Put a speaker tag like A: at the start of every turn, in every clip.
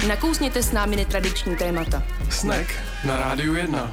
A: Nakousněte s námi netradiční témata.
B: Snack na Rádiu 1.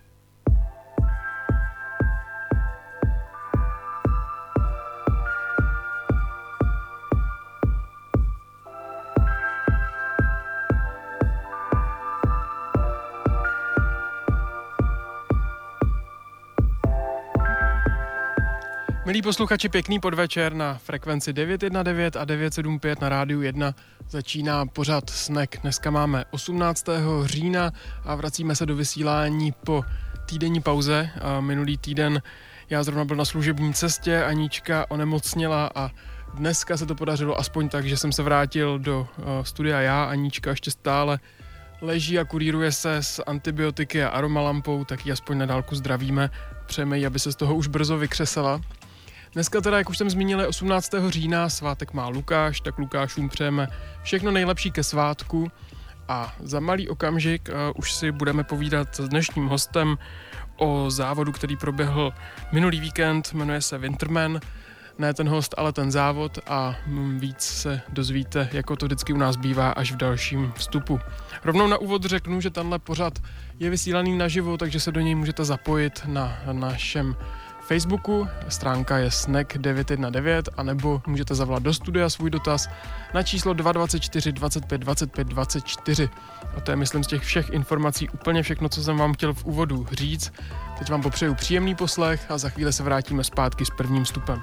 B: Milí posluchači, pěkný podvečer na frekvenci 919 a 975 na Rádiu 1. Začíná pořad Snack. Dneska máme 18. října a vracíme se do vysílání po týdenní pauze. Minulý týden já zrovna byl na služební cestě, Anička onemocněla a dneska se to podařilo aspoň tak, že jsem se vrátil do studia já. Anička ještě stále leží a kuríruje se s antibiotiky a aromalampou, tak ji aspoň na dálku zdravíme. Přejeme jí, aby se z toho už brzo vykřesala. Dneska teda, jak už jsem zmínil, je 18. října, svátek má Lukáš, tak Lukášům přejeme všechno nejlepší ke svátku a za malý okamžik už si budeme povídat s dnešním hostem o závodu, který proběhl minulý víkend, jmenuje se Winterman, ne ten host, ale ten závod a víc se dozvíte, jako to vždycky u nás bývá, až v dalším vstupu. Rovnou na úvod řeknu, že tenhle pořad je vysílaný naživo, takže se do něj můžete zapojit na našem Facebooku, stránka je snack919, anebo můžete zavolat do studia svůj dotaz na číslo 224 25 25 24. A to je, myslím, z těch všech informací úplně všechno, co jsem vám chtěl v úvodu říct. Teď vám popřeju příjemný poslech a za chvíli se vrátíme zpátky s prvním vstupem.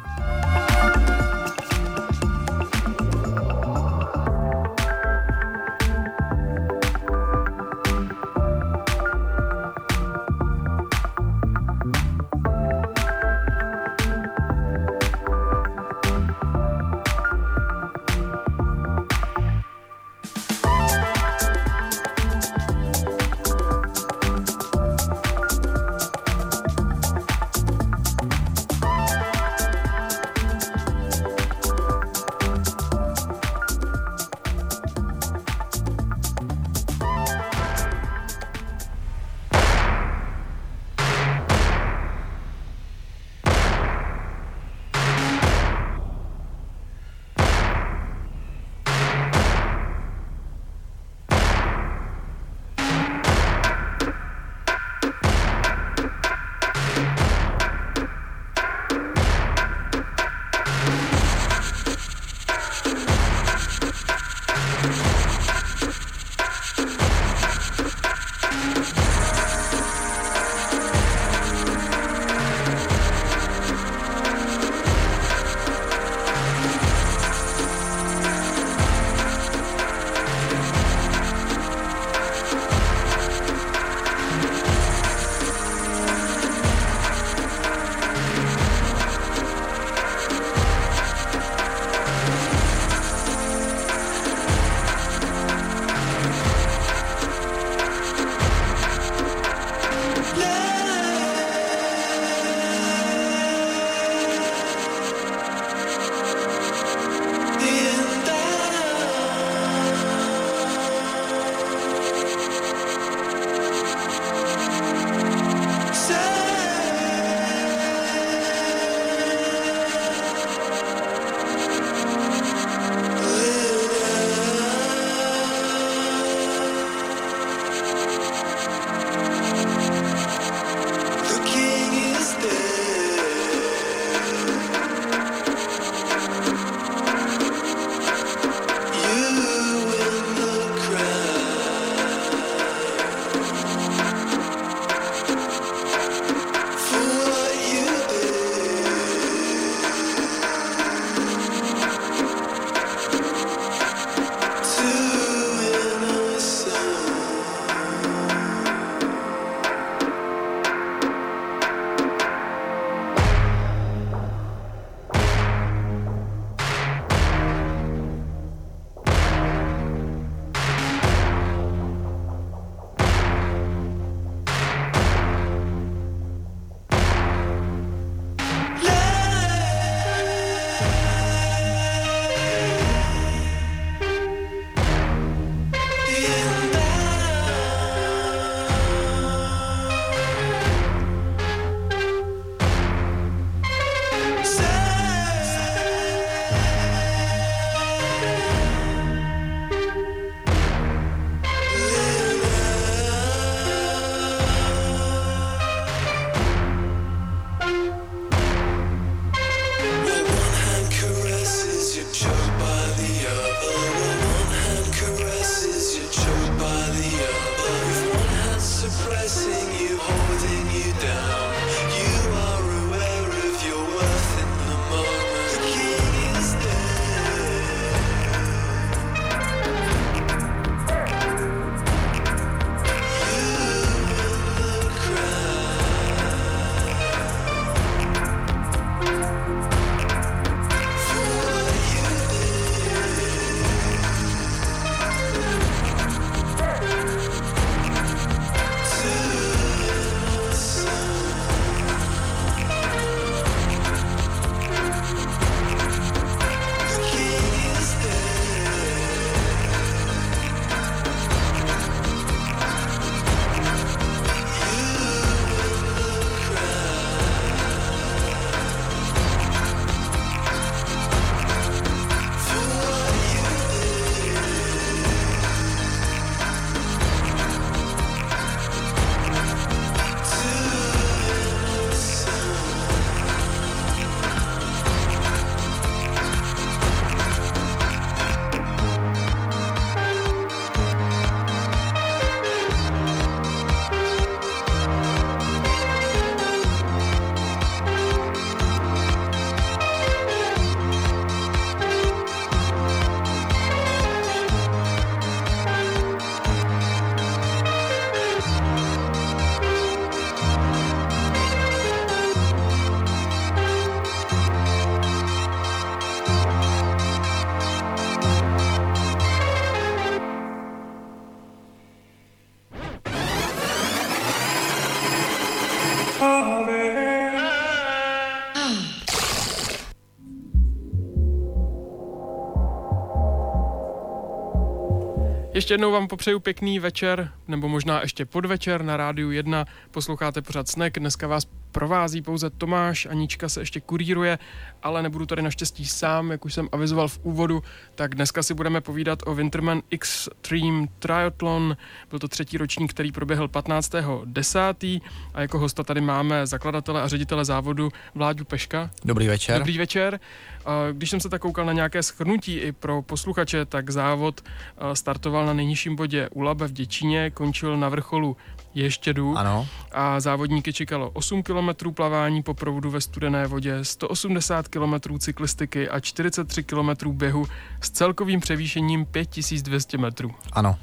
B: Ještě jednou vám popřeju pěkný večer, nebo možná ještě podvečer na Rádiu 1. Posloucháte pořad Snack, dneska vás provází pouze Tomáš, Anička se ještě kuríruje, ale nebudu tady naštěstí sám, jak už jsem avizoval v úvodu, tak dneska si budeme povídat o Winterman Extreme Triathlon. Byl to 3. ročník, který proběhl 15.10. a jako hosta tady máme zakladatele a ředitele závodu Vláďu Peška.
C: Dobrý večer.
B: Dobrý večer. Když jsem se tak koukal na nějaké shrnutí i pro posluchače, tak závod startoval na nejnižším bodě u Labe v Děčíně, končil na vrcholu Ještědu.
C: Ano.
B: A závodníky čekalo 8 kilometrů plavání po proudu ve studené vodě, 180 kilometrů cyklistiky a 43 kilometrů běhu s celkovým převýšením 5200 metrů.
C: Ano.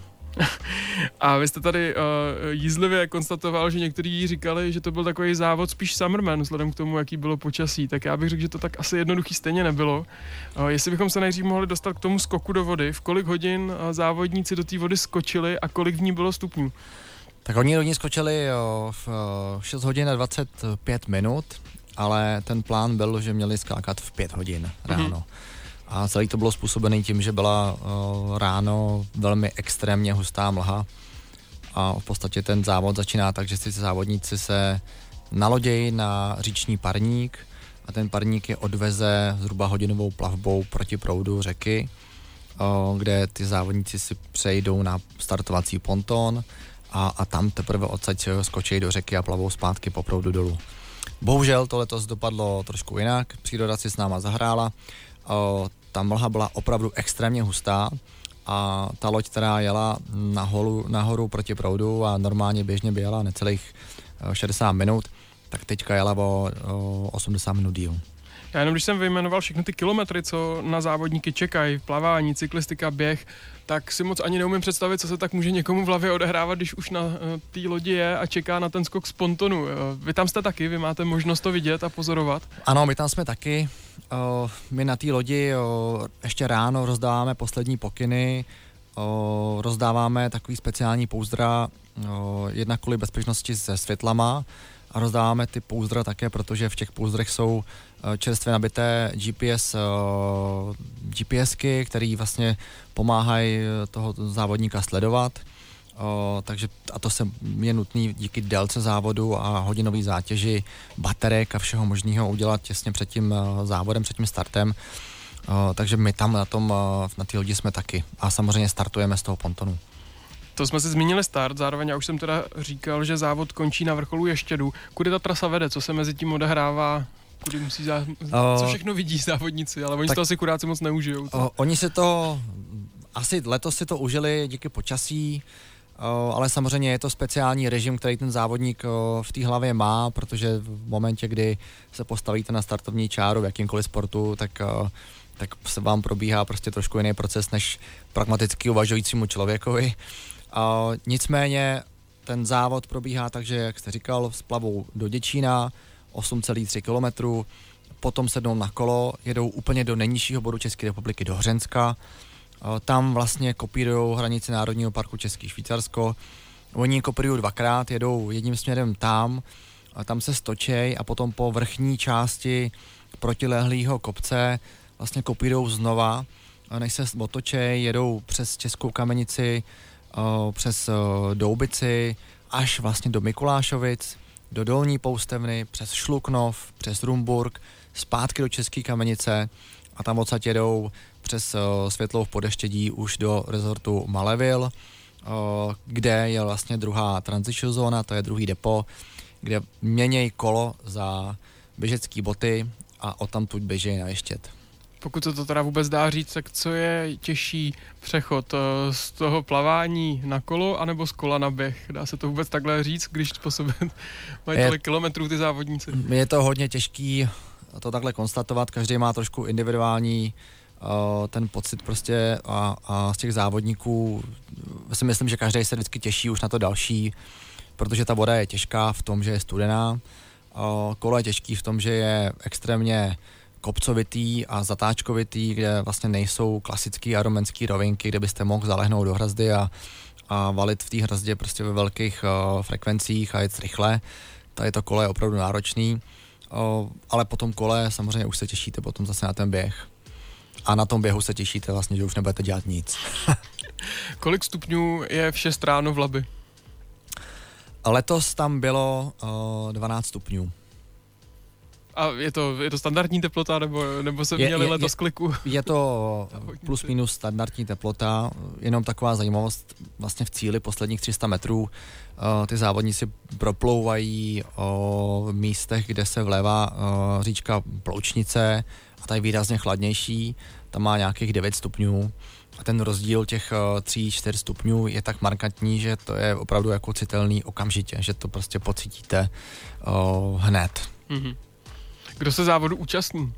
B: A vy jste tady jízlivě konstatoval, že někteří říkali, že to byl takový závod spíš Summerman, vzhledem k tomu, jaký bylo počasí. Tak já bych řekl, že to tak asi jednoduchý stejně nebylo. Jestli bychom se nejdřív mohli dostat k tomu skoku do vody, v kolik hodin závodníci do té vody skočili a kolik v ní bylo stupňů?
C: Tak oni do ní skočili v 6 hodin a 25 minut, ale ten plán byl, že měli skákat v 5 hodin ráno. A celý to bylo způsobené tím, že byla ráno velmi extrémně hustá mlha a v podstatě ten závod začíná tak, že si závodníci se nalodějí na říční parník a ten parník je odveze zhruba hodinovou plavbou proti proudu řeky, kde ty závodníci si přejdou na startovací ponton a tam teprve odsaď skočí do řeky a plavou zpátky po proudu dolů. Bohužel to letos dopadlo trošku jinak, příroda si s náma zahrála, ta mlha byla opravdu extrémně hustá a ta loď, která jela nahoru proti proudu a normálně běžně by jela necelých 60 minut, tak teďka jela o 80 minut díl.
B: Já jenom když jsem vyjmenoval všechny ty kilometry, co na závodníky čekají, plavání, cyklistika, běh, tak si moc ani neumím představit, co se tak může někomu v hlavě odehrávat, když už na té lodi je a čeká na ten skok z pontonu. Vy tam jste taky, vy máte možnost to vidět a pozorovat?
C: Ano, my tam jsme taky. My na té lodi ještě ráno rozdáváme poslední pokyny, rozdáváme takový speciální pouzdra, jednak kvůli bezpečnosti se světlama, a rozdáváme ty pouzdra také, protože v těch pouzdrech jsou čerstvě nabité GPSky, které vlastně pomáhají toho závodníka sledovat. Takže a to je nutné díky délce závodu a hodinové zátěži baterek a všeho možného udělat těsně před tím závodem, před tím startem. Takže my tam na té lodi jsme taky a samozřejmě startujeme z toho pontonu.
B: To jsme si zmínili start, zároveň já už jsem teda říkal, že závod končí na vrcholu Ještědu. Kudy ta trasa vede, co se mezi tím odehrává, kudy musí co všechno vidí závodníci, ale oni to asi kuráci moc neužijou.
C: Oni si to, asi letos si to užili díky počasí, ale samozřejmě je to speciální režim, který ten závodník v té hlavě má, protože v momentě, kdy se postavíte na startovní čáru v jakýmkoliv sportu, tak se vám probíhá prostě trošku jiný proces než pragmaticky uvažujícímu člověkovi. Nicméně ten závod probíhá tak, že, jak jste říkal, splavou do Děčína 8,3 kilometru, potom sednou na kolo, jedou úplně do nejnižšího bodu České republiky, do Hřenska. Tam vlastně kopírují hranici Národního parku Český Švýcarsko. Oni kopírují dvakrát, jedou jedním směrem tam se stočej a potom po vrchní části protilehlého kopce vlastně kopírují znova, než se otočej, jedou přes Českou Kamenici, přes Doubici, až vlastně do Mikulášovic, do Dolní Poustevny, přes Šluknov, přes Rumburk, zpátky do České Kamenice a tam odsaď jedou přes Světlou v Podeštědí už do rezortu Maleville, kde je vlastně druhá transition zóna, to je druhý depo, kde měněj kolo za běžecký boty a odtamtud běží na Ještěd.
B: Pokud se to teda vůbec dá říct, tak co je těžší přechod z toho plavání na kolo anebo z kola na běh? Dá se to vůbec takhle říct, když po sobě mají tolik kilometrů ty závodníci?
C: Je to hodně těžký to takhle konstatovat, každý má trošku individuální ten pocit prostě a z těch závodníků si myslím, že každý se vždycky těší už na to další, protože ta voda je těžká v tom, že je studená, kolo je těžký v tom, že je extrémně kopcovitý a zatáčkovitý, kde vlastně nejsou klasický aeromenský rovinky, kde byste mohl zalehnout do hrazdy a valit v té hrazdě prostě ve velkých frekvencích a jet rychle. Tady to kolo je opravdu náročný, ale po tom kole samozřejmě už se těšíte potom zase na ten běh. a na tom běhu se těšíte vlastně, že už nebudete dělat nic.
B: Kolik stupňů je v 6 ráno v Labi?
C: Letos tam bylo 12 stupňů.
B: A je to standardní teplota, nebo se měli letos kliku?
C: Je to plus minus standardní teplota, jenom taková zajímavost, vlastně v cíli posledních 300 metrů ty závodníci proplouvají v místech, kde se vlévá říčka Ploučnice a ta je výrazně chladnější, tam má nějakých 9 stupňů a ten rozdíl těch 3-4 stupňů je tak markantní, že to je opravdu jako citelný okamžitě, že to prostě pocítíte hned.
B: Mm-hmm. Kdo se závodu účastní?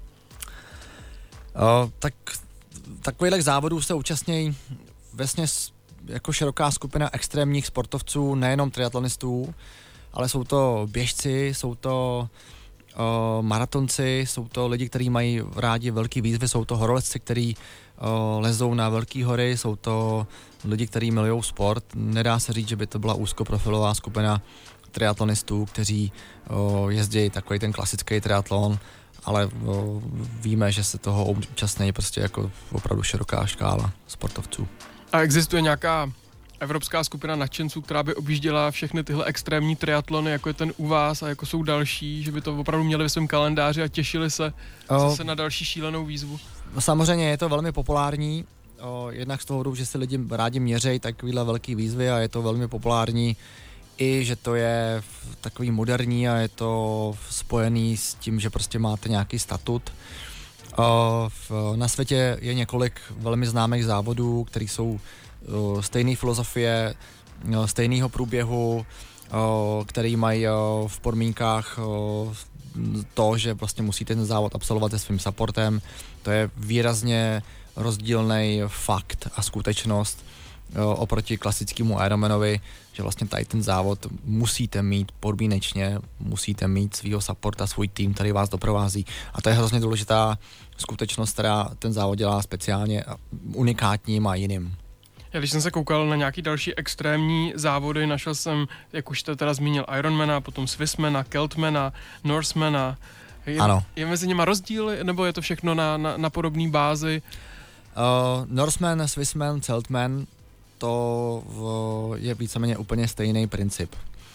C: Tak takových závodů se účastní vesměs jako široká skupina extrémních sportovců, nejenom triatlonistů, ale jsou to běžci, jsou to maratonci, jsou to lidi, kteří mají rádi velký výzvy, jsou to horolezci, kteří lezou na velké hory, jsou to lidi, kteří milují sport. Nedá se říct, že by to byla úzkoprofilová skupina triatlonistů, kteří jezdí takový ten klasický triatlon, ale víme, že se toho účastní prostě jako opravdu široká škála sportovců.
B: A existuje nějaká evropská skupina nadšenců, která by objížděla všechny tyhle extrémní triatlony, jako je ten u vás a jako jsou další, že by to opravdu měli ve svém kalendáři a těšili se zase na další šílenou výzvu?
C: Samozřejmě je to velmi populární, jednak z toho důvodu, že si lidi rádi měřejí takovýhle velký výzvy a je to velmi populární i, že to je takový moderní a je to spojený s tím, že prostě máte nějaký statut. Na světě je několik velmi známých závodů, které jsou stejné filozofie, stejného průběhu, který mají v podmínkách to, že vlastně musíte ten závod absolvovat se svým supportem. To je výrazně rozdílný fakt a skutečnost oproti klasickému Ironmanovi, že vlastně tady ten závod musíte mít podmínečně, musíte mít svýho supporta, svůj tým, který vás doprovází. A to je hrozně důležitá skutečnost, která ten závod dělá speciálně unikátním a jiným.
B: Já když jsem se koukal na nějaký další extrémní závody, našel jsem, jak už jste teda zmínil, Ironmana, potom Swissmana, Celtmana, Norsemana.
C: Ano.
B: Je mezi nimi rozdíl, nebo je to všechno na podobné bázi?
C: Norseman, Swissman, Celtman, to je víceméně úplně stejný princip.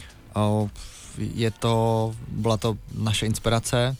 C: Byla to naše inspirace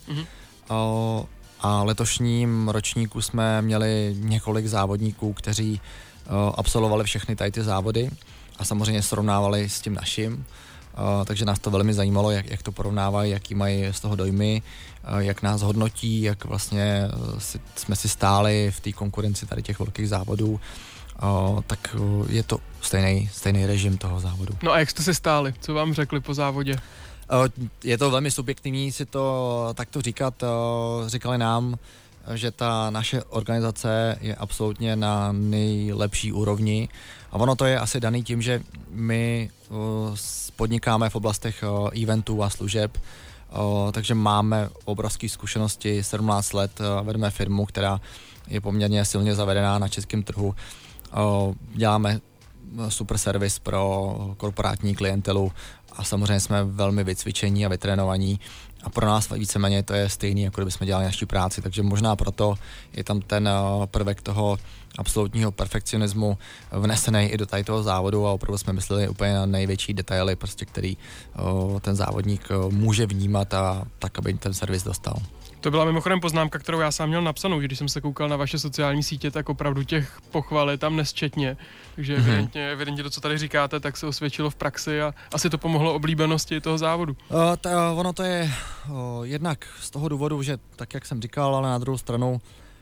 C: a letošním ročníku jsme měli několik závodníků, kteří absolvovali všechny tady ty závody a samozřejmě srovnávali s tím naším, takže nás to velmi zajímalo, jak to porovnávají, jaký mají z toho dojmy, jak nás hodnotí, jak vlastně jsme si stáli v té konkurenci tady těch velkých závodů, tak je to stejný režim toho závodu.
B: No a jak jste si stáli? Co vám řekli po závodě?
C: Je to velmi subjektivní si to takto říkat. Říkali nám, že ta naše organizace je absolutně na nejlepší úrovni a ono to je asi daný tím, že my podnikáme v oblastech eventů a služeb, takže máme obrovské zkušenosti, 17 let vedeme firmu, která je poměrně silně zavedená na českém trhu. Děláme super servis pro korporátní klientelu a samozřejmě jsme velmi vycvičení a vytrénovaní a pro nás víceméně to je stejný, jako kdybychom dělali naši práci, takže možná proto je tam ten prvek toho absolutního perfekcionismu vnesený i do tady toho závodu a opravdu jsme mysleli úplně na největší detaily, prostě, který ten závodník může vnímat a tak, aby ten servis dostal.
B: To byla mimochodem poznámka, kterou já sám měl napsanou, že když jsem se koukal na vaše sociální sítě, tak opravdu těch pochval je tam nesčetně. Takže evidentně to, co tady říkáte, tak se osvědčilo v praxi a asi to pomohlo oblíbenosti toho závodu.
C: Ono to je jednak z toho důvodu, že tak, jak jsem říkal, ale na druhou stranu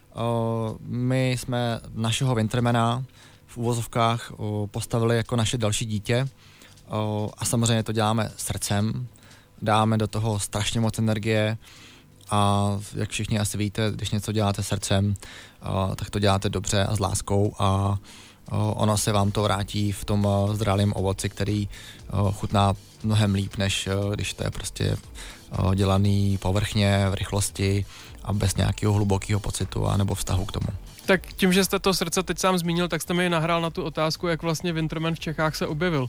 C: my jsme našeho Wintermana v uvozovkách postavili jako naše další dítě a samozřejmě to děláme srdcem, dáme do toho strašně moc energie a jak všichni asi víte, když něco děláte srdcem, tak to děláte dobře a s láskou a ono se vám to vrátí v tom zralém ovoci, který chutná mnohem líp, než když to je prostě dělaný povrchně, v rychlosti a bez nějakého hlubokého pocitu a nebo vztahu k tomu.
B: Tak tím, že jste to srdce teď sám zmínil, tak jste mi nahrál na tu otázku, jak vlastně Winterman v Čechách se objevil.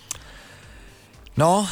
C: No,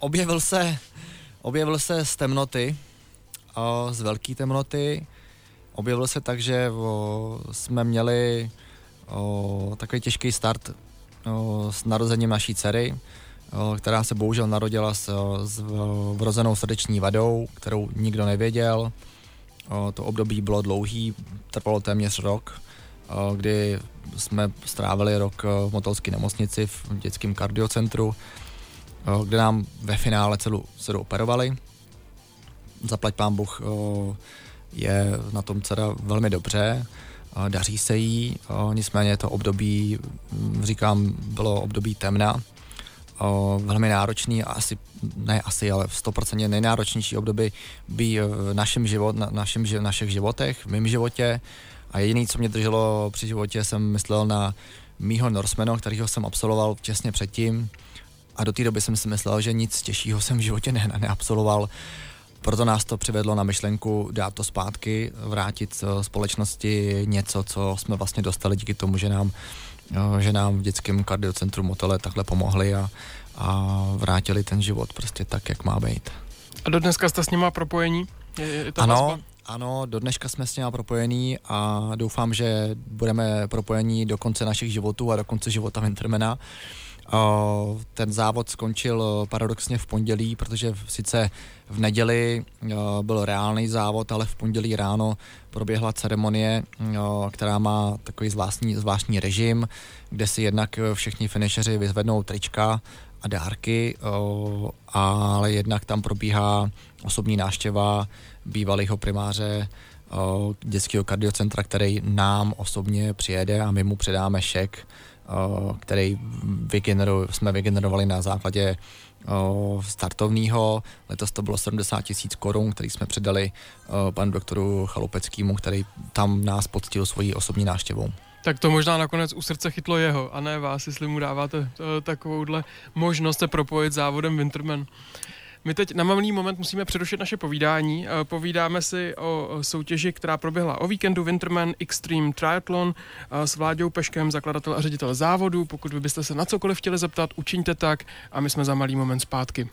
C: objevil se z temnoty, z velké temnoty. objevil se tak, že jsme měli takový těžký start s narozením naší dcery, která se bohužel narodila s vrozenou srdeční vadou, kterou nikdo nevěděl. To období bylo dlouhý, trvalo téměř rok, kdy jsme strávili rok v motolské nemocnici v dětském kardiocentru, kde nám ve finále celou dceru operovali. Zaplať pán Bůh, je na tom dcera velmi dobře, daří se jí, nicméně to období, říkám, bylo období temna, velmi náročný, ale 100% nejnáročnější období by v našich životech, v mém životě. A jediné, co mě drželo při životě, jsem myslel na mýho Norsemana, kterýho jsem absolvoval těsně předtím. A do té doby jsem si myslel, že nic těžšího jsem v životě neabsolvoval. Proto nás to přivedlo na myšlenku dát to zpátky, vrátit společnosti něco, co jsme vlastně dostali díky tomu, že nám v dětském kardiocentru Motole takhle pomohli a vrátili ten život prostě tak, jak má být.
B: A do dneska jste s nima propojení? Je to
C: Ano, do dneška jsme s nima propojení a doufám, že budeme propojení do konce našich životů a do konce života Wintermana. Ten závod skončil paradoxně v pondělí, protože sice v neděli byl reálný závod, ale v pondělí ráno proběhla ceremonie, která má takový zvláštní režim, kde si jednak všichni finišeři vyzvednou trička a dárky, ale jednak tam probíhá osobní návštěva bývalého primáře dětského kardiocentra, který nám osobně přijede a my mu předáme šek, který jsme vygenerovali na základě startovního. Letos to bylo 70 000 korun, který jsme předali panu doktoru Chalupeckému, který tam nás poctil svojí osobní návštěvou.
B: Tak to možná nakonec u srdce chytlo jeho, a ne vás, jestli mu dáváte takovouhle možnost se propojit závodem Winterman. My teď na malý moment musíme přerušit naše povídání. Povídáme si o soutěži, která proběhla o víkendu Winterman Extreme Triathlon s Vláďou Peškem, zakladatel a ředitel závodu. Pokud vy byste se na cokoliv chtěli zeptat, učiňte tak a my jsme za malý moment zpátky.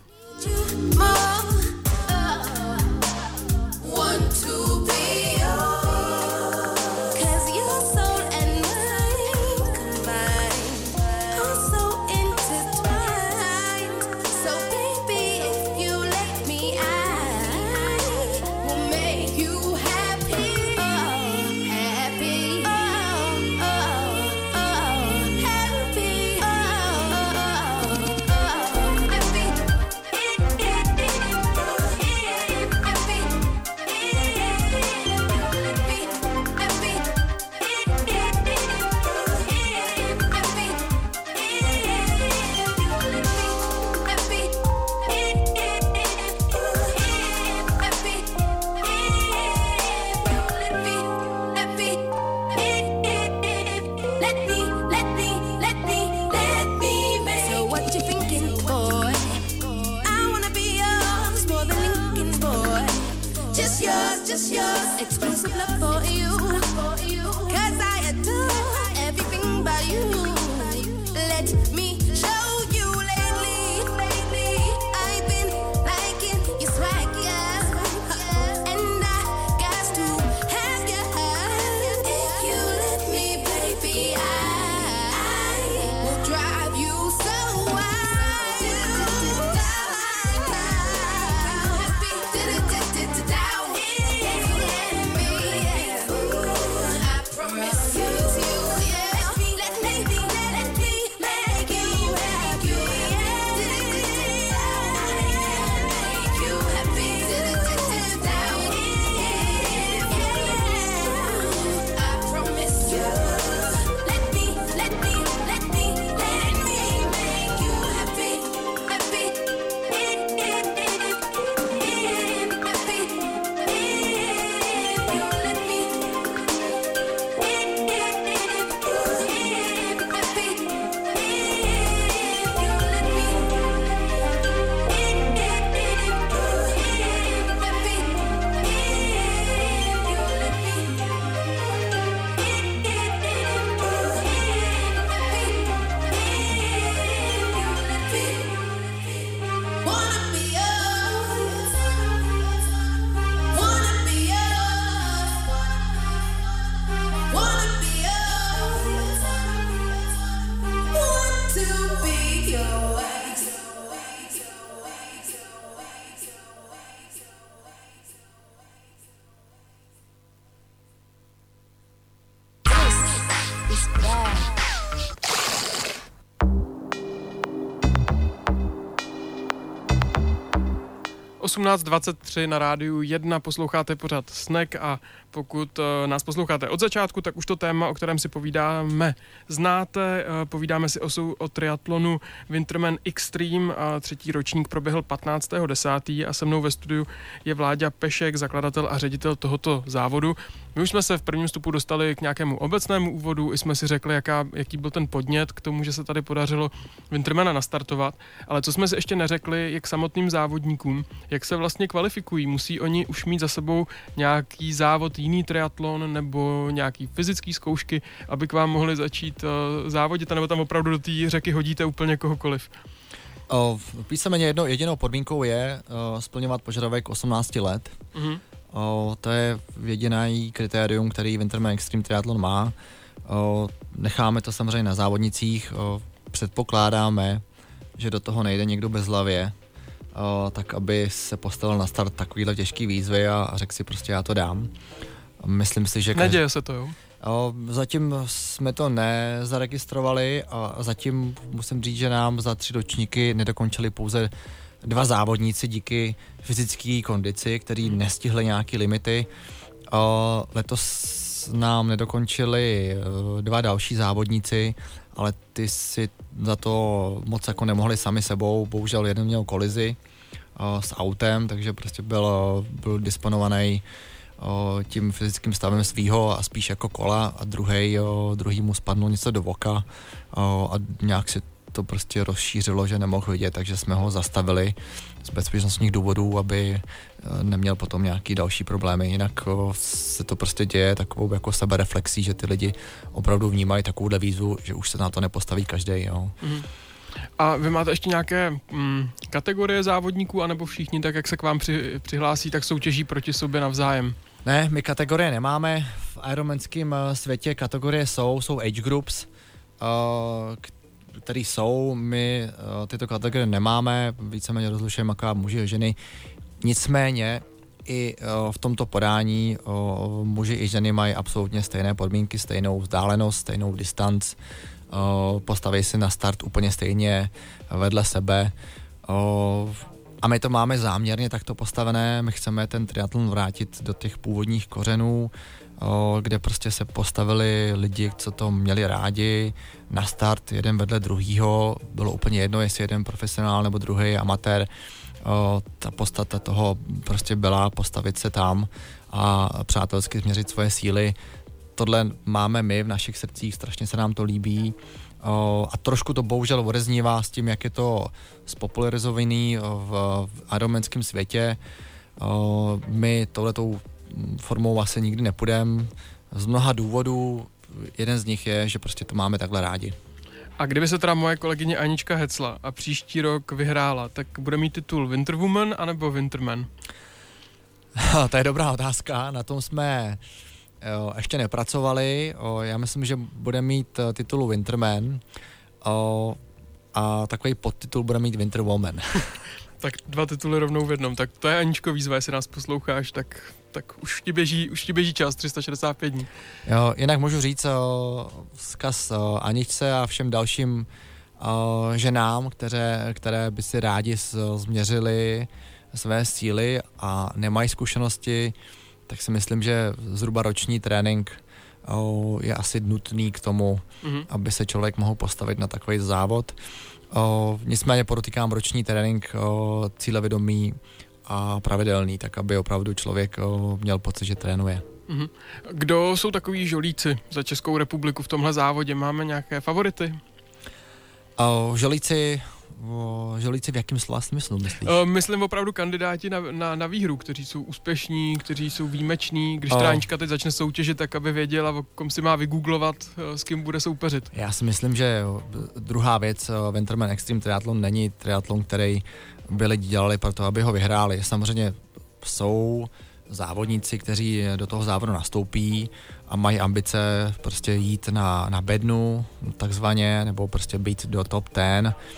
D: Is bad.
B: 18:23 na rádiu 1 posloucháte pořad Snack a pokud nás posloucháte od začátku, tak už to téma, o kterém si povídáme, znáte. Povídáme si o triatlonu Winterman Extreme. Třetí ročník proběhl 15.10. a se mnou ve studiu je Vláďa Pešek, zakladatel a ředitel tohoto závodu. My už jsme se v prvním vstupu dostali k nějakému obecnému úvodu, i jsme si řekli, jaký byl ten podnět k tomu, že se tady podařilo Wintermana nastartovat, ale co jsme si ještě neřekli, je k samotným závodníkům, jak se vlastně kvalifikují. Musí oni už mít za sebou nějaký závod, jiný triatlon nebo nějaký fyzický zkoušky, aby k vám mohli začít závodit, nebo tam opravdu do té řeky hodíte úplně kohokoliv?
C: Víceméně jedinou podmínkou je splňovat požadavek 18 let. Mm-hmm. To je jediný kritérium, který Winterman Extreme Triathlon má. Necháme to samozřejmě na závodnicích. Předpokládáme, že do toho nejde někdo bezhlavě, tak aby se postavil na start takovýhle těžký výzvy a řekl si prostě já to dám. Myslím si, že...
B: Neděje se to, jo?
C: Zatím jsme to nezaregistrovali a zatím musím říct, že nám za 3 ročníky nedokončili pouze 2 závodníci díky fyzické kondici, který nestihli nějaké limity. Letos nám nedokončili 2 další závodníci, ale ty si za to moc jako nemohli sami sebou. Bohužel jeden měl kolizi s autem, takže prostě byl disponovaný tím fyzickým stavem svýho a spíš jako kola a druhý mu spadnul něco do voka a nějak si to prostě rozšířilo, že nemohl vidět, takže jsme ho zastavili z bezpečnostních důvodů, aby neměl potom nějaký další problémy. Jinak se to prostě děje takovou jako sebereflexí, že ty lidi opravdu vnímají takovouhle výzvu, že už se na to nepostaví každý. Jo. Mm.
B: A vy máte ještě nějaké kategorie závodníků, anebo všichni, tak jak se k vám přihlásí, tak soutěží proti sobě navzájem?
C: Ne, my kategorie nemáme. V ironmanském světě kategorie jsou age groups, který jsou, my tyto kategorie nemáme, víceméně rozlišujeme jako muži a ženy. Nicméně i v tomto podání muži i ženy mají absolutně stejné podmínky, stejnou vzdálenost, stejnou distanc, postaví si na start úplně stejně vedle sebe. A my to máme záměrně takto postavené, my chceme ten triatlon vrátit do těch původních kořenů, kde prostě se postavili lidi, co to měli rádi, na start jeden vedle druhýho, bylo úplně jedno, jestli jeden profesionál nebo druhý amatér. Ta podstata toho prostě byla postavit se tam a přátelsky změřit svoje síly. Tohle máme my v našich srdcích, strašně se nám to líbí. A trošku to bohužel odeznívá s tím, jak je to spopularizovaný v ironmanském světě. My touhletou formou asi nikdy nepůjdeme z mnoha důvodů. Jeden z nich je, že prostě to máme takhle rádi.
B: A kdyby se teda moje kolegyně Anička hecla a příští rok vyhrála, tak bude mít titul Winterwoman anebo Winterman?
C: To je dobrá otázka, na tom jsme ještě nepracovali. Já myslím, že bude mít titul Winterman a takový podtitul bude mít Winterwoman.
B: Tak 2 tituly rovnou v jednom. Tak to je, Aničko, výzva, jestli nás posloucháš, tak už ti běží čas, 365 dní.
C: Jo, jinak můžu říct vzkaz Aničce a všem dalším ženám, které by si rádi změřili své síly a nemají zkušenosti, tak si myslím, že zhruba roční trénink je asi nutný k tomu, aby se člověk mohl postavit na takový závod. Nicméně podotýkám roční trénink cílevědomý a pravidelný, tak aby opravdu člověk měl pocit, že trénuje.
B: Kdo jsou takový žolíci za Českou republiku v tomhle závodě? Máme nějaké favority?
C: Žolíci v jakém slova smyslu myslíš?
B: Myslím opravdu kandidáti na výhru, kteří jsou úspěšní, kteří jsou výjimeční. Když Tránička teď začne soutěžit, tak aby věděla, o kom si má vygooglovat, s kým bude soupeřit.
C: Já si myslím, že druhá věc, Winterman Extreme Triathlon není triatlon, který by lidi dělali proto, aby ho vyhráli. Samozřejmě jsou závodníci, kteří do toho závodu nastoupí a mají ambice prostě jít na bednu takzvaně, nebo prostě být do top 10.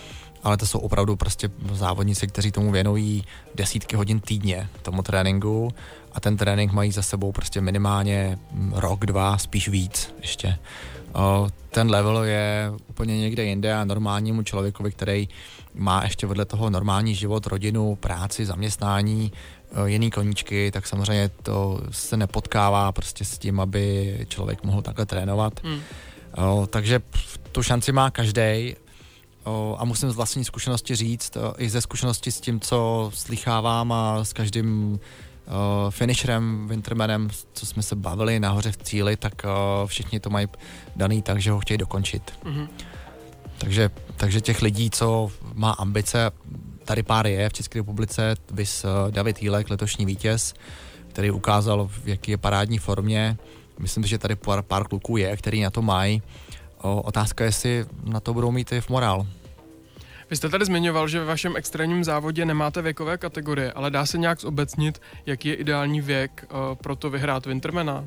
C: ale to jsou opravdu prostě závodníci, kteří tomu věnují desítky hodin týdně tomu tréninku a ten trénink mají za sebou prostě minimálně rok, 2, spíš víc ještě. Ten level je úplně někde jinde a normálnímu člověkovi, který má ještě vedle toho normální život, rodinu, práci, zaměstnání, jiný koníčky, tak samozřejmě to se nepotkává prostě s tím, aby člověk mohl takhle trénovat. Takže tu šanci má každej a musím z vlastní zkušenosti říct, i ze zkušenosti s tím, co slychávám a s každým finisherem, Wintermanem, co jsme se bavili nahoře v cíli, tak všichni to mají daný tak, že ho chtějí dokončit. Takže těch lidí, co má ambice, tady pár je v České republice, viz David Jílek, letošní vítěz, který ukázal, v jaký je parádní formě. Myslím si, že tady pár kluků je, který na to mají. Otázka je, jestli na to budou mít i v morál.
B: Vy jste tady zmiňoval, že ve vašem extrémním závodě nemáte věkové kategorie, ale dá se nějak zobecnit, jaký je ideální věk pro to vyhrát Wintermana?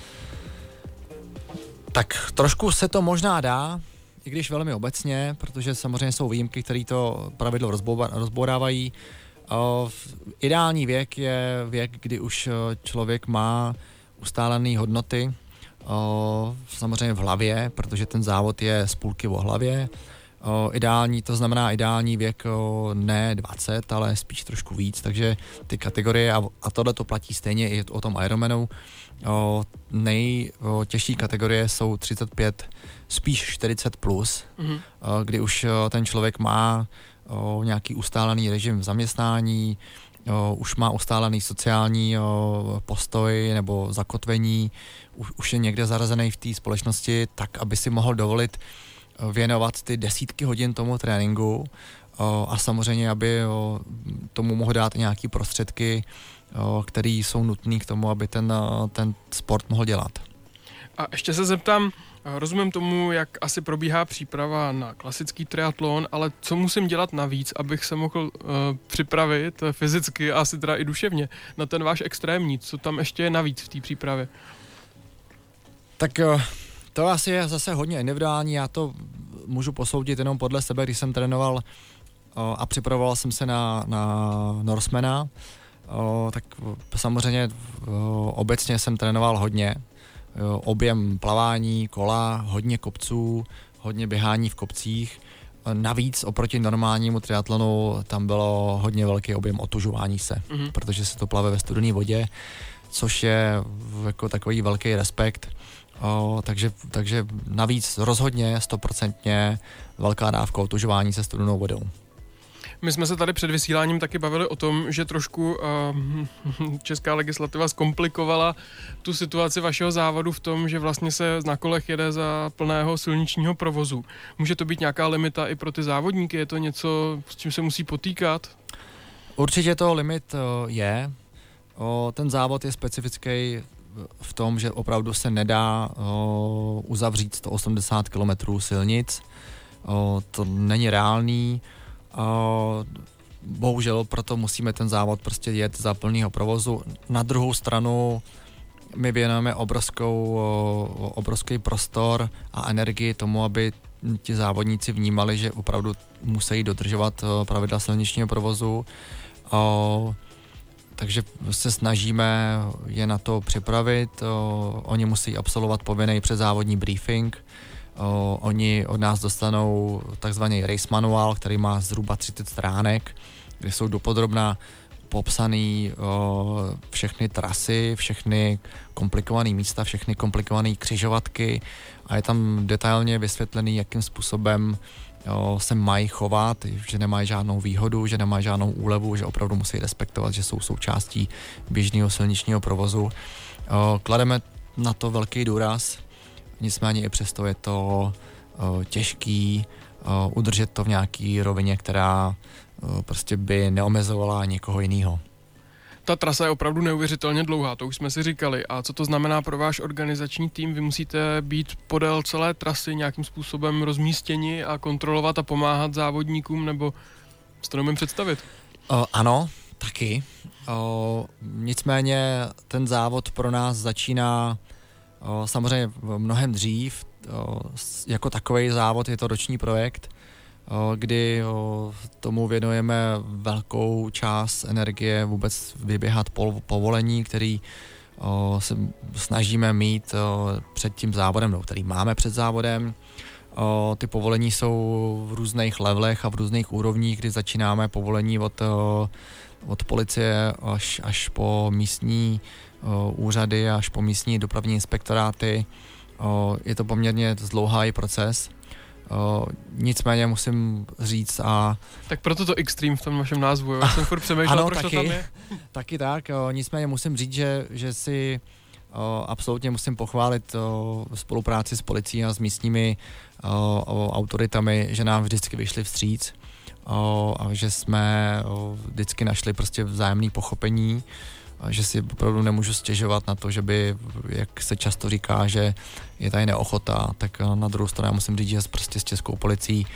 C: Tak trošku se to možná dá, i když velmi obecně, protože samozřejmě jsou výjimky, které to pravidlo rozbourávají. Ideální věk je věk, kdy už člověk má ustálené hodnoty, samozřejmě v hlavě, protože ten závod je z půlky o hlavě. Ideální, to znamená ideální věk ne 20, ale spíš trošku víc, takže ty kategorie, a tohle to platí stejně i o tom Ironmanu, nejtěžší kategorie jsou 35, spíš 40 plus, kdy už ten člověk má nějaký ustálený režim v zaměstnání, už má ustálený sociální postoj nebo zakotvení, už je někde zarazený v té společnosti tak, aby si mohl dovolit věnovat ty desítky hodin tomu tréninku a samozřejmě, aby tomu mohl dát nějaké prostředky, které jsou nutné k tomu, aby ten sport mohl dělat.
B: A ještě se zeptám, rozumím tomu, jak asi probíhá příprava na klasický triatlon, ale co musím dělat navíc, abych se mohl připravit fyzicky a asi teda i duševně na ten váš extrémní? Co tam ještě je navíc v té přípravě?
C: Tak to asi je zase hodně individuální, já to můžu posoudit jenom podle sebe, když jsem trénoval a připravoval jsem se na Norsemana, tak samozřejmě obecně jsem trénoval hodně. Objem plavání, kola, hodně kopců, hodně běhání v kopcích. Navíc oproti normálnímu triatlonu tam bylo hodně velký objem otužování se, protože se to plave ve studené vodě, což je jako takový velký respekt. Takže navíc rozhodně 100% velká dávka otužování se studenou vodou.
B: My jsme se tady před vysíláním taky bavili o tom, že trošku česká legislativa zkomplikovala tu situaci vašeho závodu v tom, že vlastně se na kolech jede za plného silničního provozu. Může to být nějaká limita i pro ty závodníky? Je to něco, s čím se musí potýkat?
C: Určitě to limit je. Ten závod je specifický v tom, že opravdu se nedá uzavřít 180 km silnic. To není reálný. Bohužel proto musíme ten závod prostě jet za plného provozu. Na druhou stranu my věnujeme obrovský prostor a energii tomu, aby ti závodníci vnímali, že opravdu musí dodržovat pravidla silničního provozu. Takže se snažíme je na to připravit. Oni musí absolvovat povinný předzávodní briefing. Oni od nás dostanou takzvaný race manuál, který má zhruba 30 stránek, kde jsou dopodrobna popsané všechny trasy, všechny komplikované místa, všechny komplikované křižovatky a je tam detailně vysvětlený, jakým způsobem se mají chovat, že nemají žádnou výhodu, že nemají žádnou úlevu, že opravdu musí respektovat, že jsou součástí běžného silničního provozu. Klademe na to velký důraz, nicméně i přesto je to těžký udržet to v nějaký rovině, která prostě by neomezovala někoho jiného.
B: Ta trasa je opravdu neuvěřitelně dlouhá, to už jsme si říkali. A co to znamená pro váš organizační tým? Vy musíte být podél celé trasy nějakým způsobem rozmístěni a kontrolovat a pomáhat závodníkům, nebo si to neumím představit?
C: Ano, taky. Nicméně ten závod pro nás začíná samozřejmě mnohem dřív. Jako takový závod je to roční projekt. kdy tomu věnujeme velkou část energie vůbec vyběhat povolení, který se snažíme mít před tím závodem, no, který máme před závodem. Ty povolení jsou v různých levelech a v různých úrovních, kdy začínáme povolení od policie až po místní úřady, až po místní dopravní inspektoráty. Je to poměrně zdlouhavý proces. Nicméně musím říct
B: Tak proto to Extreme v tom vašem názvu, jo? Já jsem furt přemýšlel,
C: ano,
B: proč
C: taky,
B: to tam je.
C: Taky tak, nicméně musím říct, že si absolutně musím pochválit spolupráci s policií a s místními autoritami, že nám vždycky vyšli vstříc a že jsme vždycky našli prostě vzájemné pochopení, že si opravdu nemůžu stěžovat na to, že by, jak se často říká, že je tady neochota, tak na druhou stranu musím říct, že prostě s českou policií,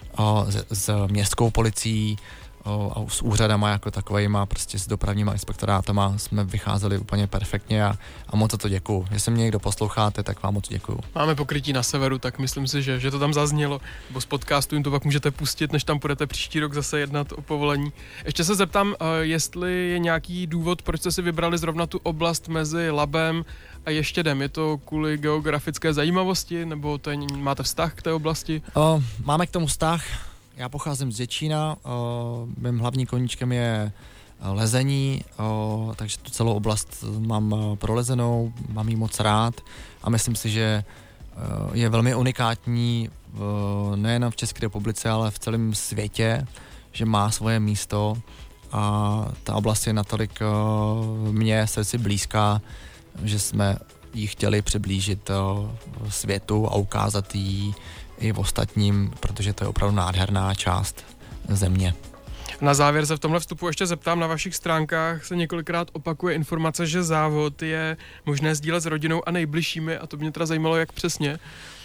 C: s městskou policií a s úřadama jako takovejma, prostě s dopravníma inspektorátama jsme vycházeli úplně perfektně a moc za to děkuju. Jestli mě někdo posloucháte, tak vám moc děkuju.
B: Máme pokrytí na severu, tak myslím si, že to tam zaznělo, nebo z podcastu jim to pak můžete pustit, než tam budete příští rok zase jednat o povolení. Ještě se zeptám, jestli je nějaký důvod, proč jste si vybrali zrovna tu oblast mezi Labem a Ještědem. Je to kvůli geografické zajímavosti, nebo máte vztah k té oblasti?
C: Máme k tomu vztah. Já pocházím z Děčína, mým hlavním koníčkem je lezení, takže tu celou oblast mám prolezenou, mám ji moc rád a myslím si, že je velmi unikátní nejen v České republice, ale v celém světě, že má svoje místo a ta oblast je natolik mně srdci blízká, že jsme ji chtěli přiblížit světu a ukázat jí i v ostatním, protože to je opravdu nádherná část země.
B: Na závěr se v tomhle vstupu ještě zeptám, na vašich stránkách se několikrát opakuje informace, že závod je možné sdílet s rodinou a nejbližšími a to mě teda zajímalo, jak přesně.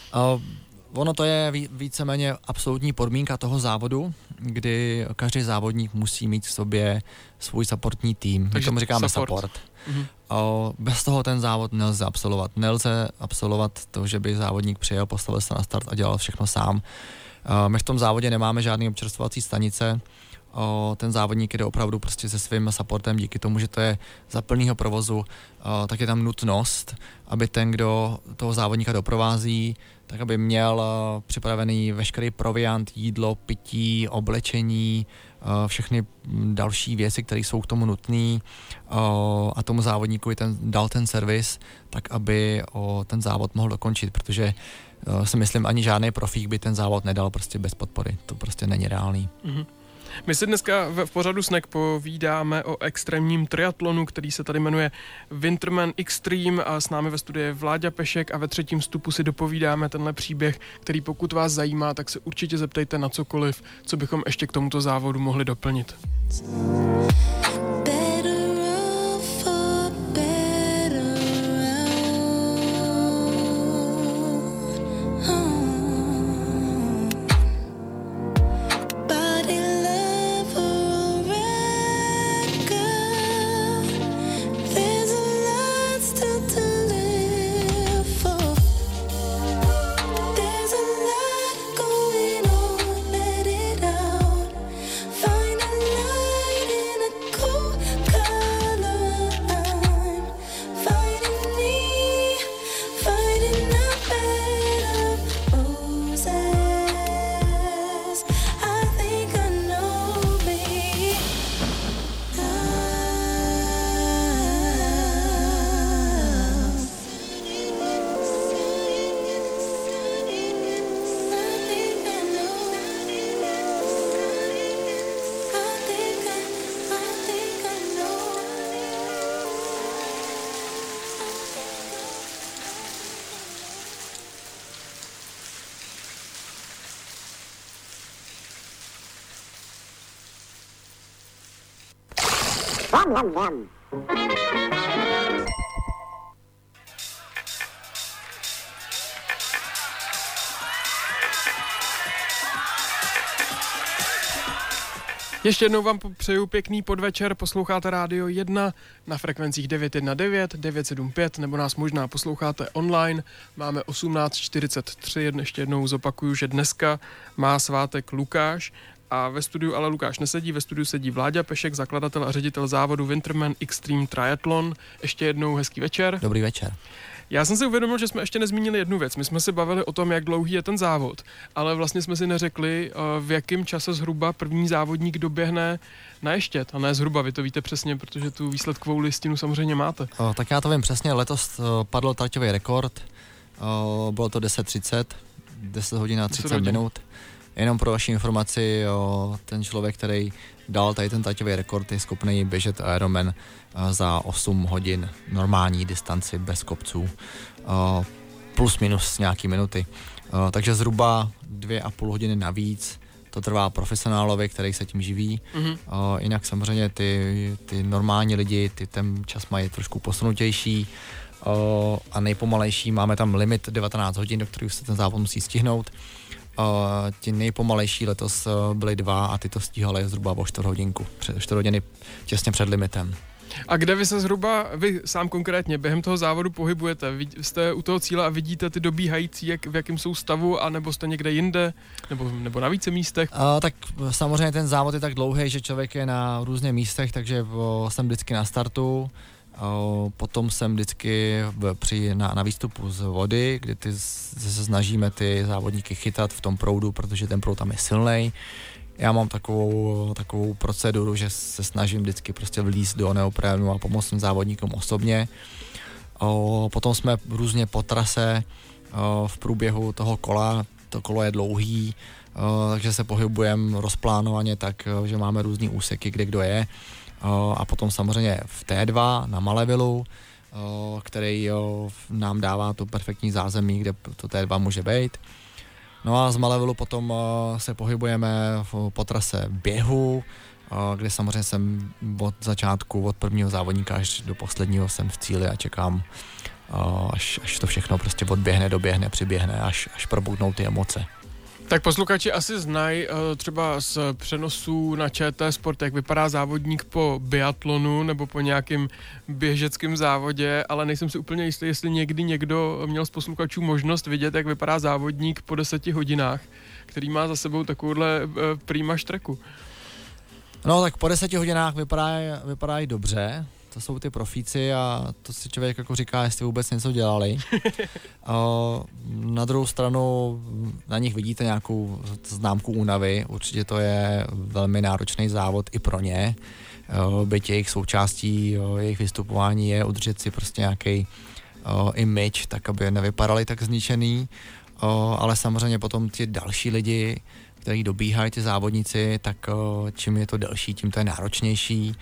C: Ono to je víceméně absolutní podmínka toho závodu, kdy každý závodník musí mít v sobě svůj supportní tým. My tomu říkáme support. Mm-hmm. Bez toho ten závod nelze absolvovat. Nelze absolvovat to, že by závodník přijel, postavil se na start a dělal všechno sám. My v tom závodě nemáme žádný občerstvovací stanice. Ten závodník jde opravdu prostě se svým supportem, díky tomu, že to je za plného provozu, tak je tam nutnost, aby ten, kdo toho závodníka doprovází, tak aby měl připravený veškerý proviant, jídlo, pití, oblečení, všechny další věci, které jsou k tomu nutné a tomu závodníkovi dal ten servis, tak aby ten závod mohl dokončit, protože si myslím, ani žádný profík by ten závod nedal prostě bez podpory. To prostě není reálný. Mm-hmm.
B: My si dneska v pořadu Snack povídáme o extrémním triatlonu, který se tady jmenuje Winterman Extreme a s námi ve studiu je Vláďa Pešek a ve třetím vstupu si dopovídáme tenhle příběh, který pokud vás zajímá, tak se určitě zeptejte na cokoliv, co bychom ještě k tomuto závodu mohli doplnit.
D: Yum, yum.
B: Ještě jednou vám přeju pěkný podvečer, posloucháte Rádio 1 na frekvencích 919, 975, nebo nás možná posloucháte online. Máme 18:43, ještě jednou zopakuju, že dneska má svátek Lukáš a ve studiu ale Lukáš nesedí, ve studiu sedí Vláďa Pešek, zakladatel a ředitel závodu Winterman Extreme Triathlon. Ještě jednou hezký večer.
C: Dobrý večer.
B: Já jsem si uvědomil, že jsme ještě nezmínili jednu věc. My jsme se bavili o tom, jak dlouhý je ten závod, ale vlastně jsme si neřekli, v jakém čase zhruba první závodník doběhne na Ještěd. A ne zhruba, vy to víte přesně, protože tu výsledkovou listinu samozřejmě máte.
C: Tak já to vím přesně, letos padl traťový rekord, bylo to 10:30, 10 hodin a 30 minut. Jenom pro vaši informaci, ten člověk, který dal tady ten traťový rekord, je schopný běžet Ironman za 8 hodin normální distanci bez kopců, plus minus nějaký minuty. Takže zhruba 2,5 hodiny navíc to trvá profesionálovi, který se tím živí. Jinak samozřejmě ty normální lidi, ten čas mají trošku posunutější a nejpomalejší, máme tam limit 19 hodin, do kterých se ten závod musí stihnout. Ti nejpomalejší letos byly 2 a ty to stíhaly zhruba o 4 hodiny těsně před limitem.
B: A kde vy se zhruba, vy sám konkrétně, během toho závodu pohybujete? Jste u toho cíle a vidíte ty dobíhající, v jakém jsou stavu, anebo jste někde jinde, nebo na více místech?
C: Tak samozřejmě ten závod je tak dlouhý, že člověk je na různých místech, takže jsem vždycky na startu. Potom jsem vždycky na výstupu z vody, kdy se snažíme ty závodníky chytat v tom proudu, protože ten proud tam je silnej. Já mám takovou proceduru, že se snažím vždycky prostě vlízt do neoprénu a pomoct těm závodníkům osobně. Potom jsme různě po trase v průběhu toho kola, to kolo je dlouhý, takže se pohybujeme rozplánovaně tak, že máme různý úseky, kde kdo je. A potom samozřejmě v T2 na Malevilu, který nám dává to perfektní zázemí, kde to T2 může být. No a z Malevilu potom se pohybujeme po trase běhu, kde samozřejmě jsem od začátku, od prvního závodníka až do posledního jsem v cíli a čekám, až to všechno prostě odběhne, doběhne, přiběhne, až proboudnou ty emoce.
B: Tak posluchači asi znají třeba z přenosů na ČT Sport, jak vypadá závodník po biatlonu nebo po nějakém běžeckém závodě, ale nejsem si úplně jistý, jestli někdy někdo měl z posluchačů možnost vidět, jak vypadá závodník po 10 hodinách, který má za sebou takovouhle prima štreku.
C: No tak po 10 hodinách vypadají dobře. To jsou ty profíci a to si člověk jako říká, jestli vůbec něco dělali. Na druhou stranu na nich vidíte nějakou známku únavy, určitě to je velmi náročný závod i pro ně. Byť jejich součástí jejich vystupování je udržet si prostě nějaký image, tak aby nevypadali tak zničený, ale samozřejmě potom ti další lidi, kteří dobíhají ty závodníci, tak čím je to delší, tím to je náročnější.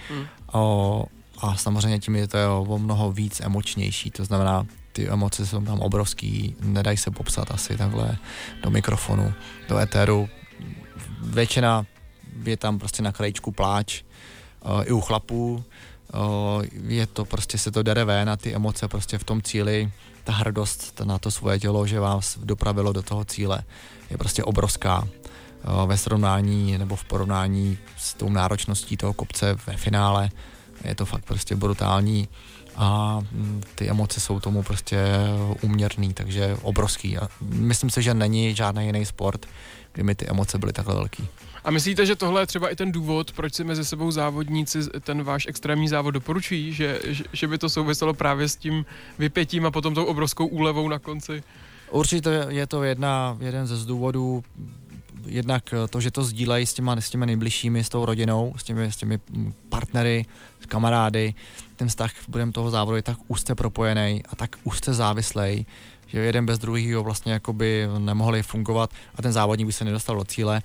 C: A samozřejmě tím je to o mnoho víc emočnější, to znamená, ty emoce jsou tam obrovský, nedají se popsat asi takhle do mikrofonu, do éteru. Většina je tam prostě na krajíčku pláč, i u chlapů, je to prostě, se to dere ven a ty emoce prostě v tom cíli, ta hrdost na to svoje tělo, že vás dopravilo do toho cíle, je prostě obrovská. Ve srovnání nebo v porovnání s tou náročností toho kopce ve finále je to fakt prostě brutální a ty emoce jsou tomu prostě úměrný, takže obrovský. A myslím si, že není žádný jiný sport, kde mi ty emoce byly takhle velký.
B: A myslíte, že tohle je třeba i ten důvod, proč si mezi sebou závodníci ten váš extrémní závod doporučují? Že by to souviselo právě s tím vypětím a potom tou obrovskou úlevou na konci?
C: Určitě je to jeden ze důvodů, jednak to, že to sdílejí s těmi nejbližšími, s tou rodinou, s těmi partnery, s kamarády. Ten vztah během toho závodu je tak úzce propojený a tak úzce závislej, že jeden bez druhého vlastně jakoby nemohli fungovat a ten závodník by se nedostal do cíle.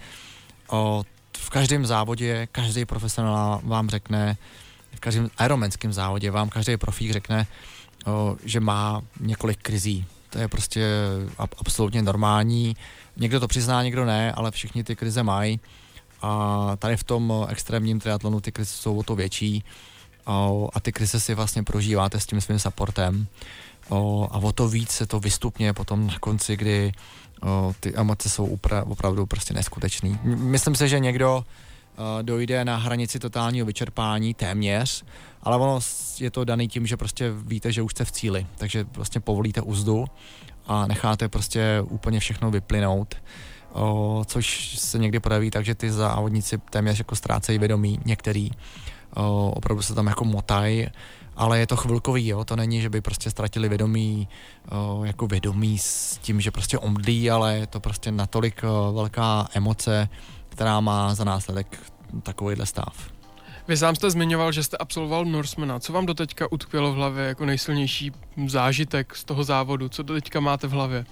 C: V každém závodě, každý profesionál vám řekne, v každém ironmanském závodě vám každý profík řekne, že má několik krizí. To je prostě absolutně normální. Někdo to přizná, někdo ne, ale všichni ty krize mají. A tady v tom extrémním triatlonu ty krize jsou o to větší. A ty krize si vlastně prožíváte s tím svým supportem. A o to víc se to vystupně potom na konci, kdy ty emoce jsou opravdu prostě neskutečný. Myslím si, že někdo dojde na hranici totálního vyčerpání téměř, ale ono je to daný tím, že prostě víte, že už jste v cíli, takže prostě povolíte uzdu a necháte prostě úplně všechno vyplynout, což se někdy projeví tak, že ty závodníci téměř jako ztrácejí vědomí, některý opravdu se tam jako motají, ale je to chvilkový, jo? To není, že by prostě ztratili vědomí, jako vědomí s tím, že prostě omdlí, ale je to prostě natolik velká emoce, která má za následek takovýhle stav.
B: Vy sám jste zmiňoval, že jste absolvoval Norsemana. Co vám doteďka utkvělo v hlavě jako nejsilnější zážitek z toho závodu? Co doteďka máte v hlavě?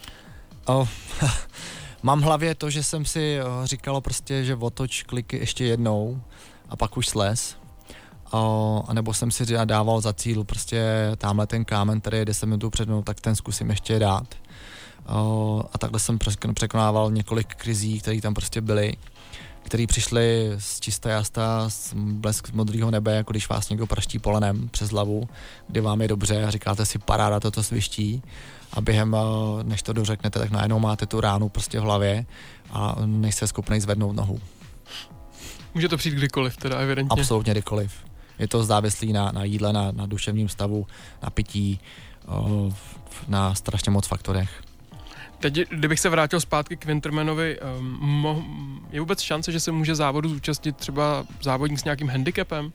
C: Mám v hlavě to, že jsem si říkalo prostě, že otoč kliky ještě jednou a pak už slez. A nebo jsem si dával za cíl prostě tamhle ten kámen, který je 10 minut před mnou, tak ten zkusím ještě dát. A takhle jsem překonával několik krizí, které tam prostě byly, které přišly z čisté jasta, z blesk modrého nebe, jako když vás někdo praští polenem přes hlavu, kdy vám je dobře a říkáte si paráda, toto sviští a během, než to dořeknete, tak najednou máte tu ránu prostě v hlavě a nejste schopný zvednout nohu.
B: Může to přijít kdykoliv teda, evidentně.
C: Absolutně kdykoliv. Je to závislý na jídle, na duševním stavu, na pití, na strašně moc faktorech.
B: Teď, kdybych se vrátil zpátky k Wintermanovi, je vůbec šance, že se může závodu zúčastnit třeba závodník s nějakým handicapem?